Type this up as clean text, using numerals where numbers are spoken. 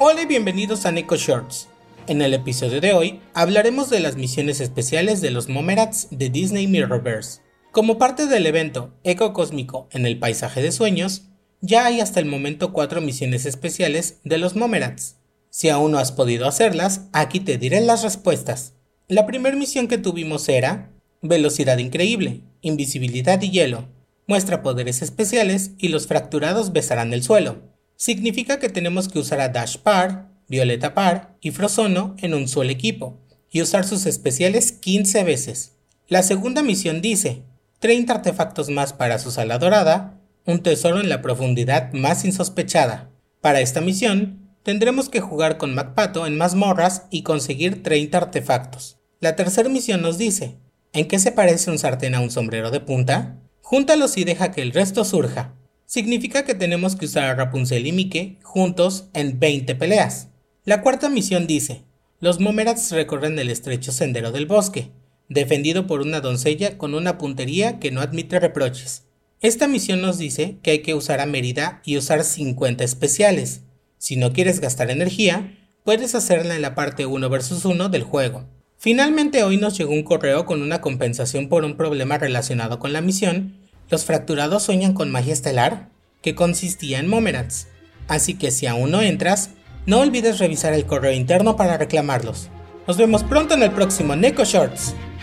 Hola y bienvenidos a Neko Shorts. En el episodio de hoy hablaremos de las misiones especiales de los Momerats de Disney Mirrorverse. Como parte del evento Eco Cósmico en el Paisaje de Sueños, ya hay hasta el momento 4 misiones especiales de los Momerats. Si aún no has podido hacerlas, aquí te diré las respuestas. La primera misión que tuvimos era Velocidad Increíble, Invisibilidad y Hielo, muestra poderes especiales y los fracturados besarán el suelo. Significa que tenemos que usar a Dash Par, Violeta Par y Frozono en un solo equipo, y usar sus especiales 15 veces. La segunda misión dice, 30 artefactos más para su sala dorada, un tesoro en la profundidad más insospechada. Para esta misión, tendremos que jugar con MacPato en mazmorras y conseguir 30 artefactos. La tercera misión nos dice, ¿en qué se parece un sartén a un sombrero de punta? Júntalos y deja que el resto surja. Significa que tenemos que usar a Rapunzel y Mickey juntos en 20 peleas. La cuarta misión dice, los Momerats recorren el estrecho sendero del bosque, defendido por una doncella con una puntería que no admite reproches. Esta misión nos dice que hay que usar a Mérida y usar 50 especiales. Si no quieres gastar energía, puedes hacerla en la parte 1 vs 1 del juego. Finalmente hoy nos llegó un correo con una compensación por un problema relacionado con la misión. Los fracturados sueñan con magia estelar, que consistía en Momerats. Así que si aún no entras, no olvides revisar el correo interno para reclamarlos. Nos vemos pronto en el próximo Neko Shorts.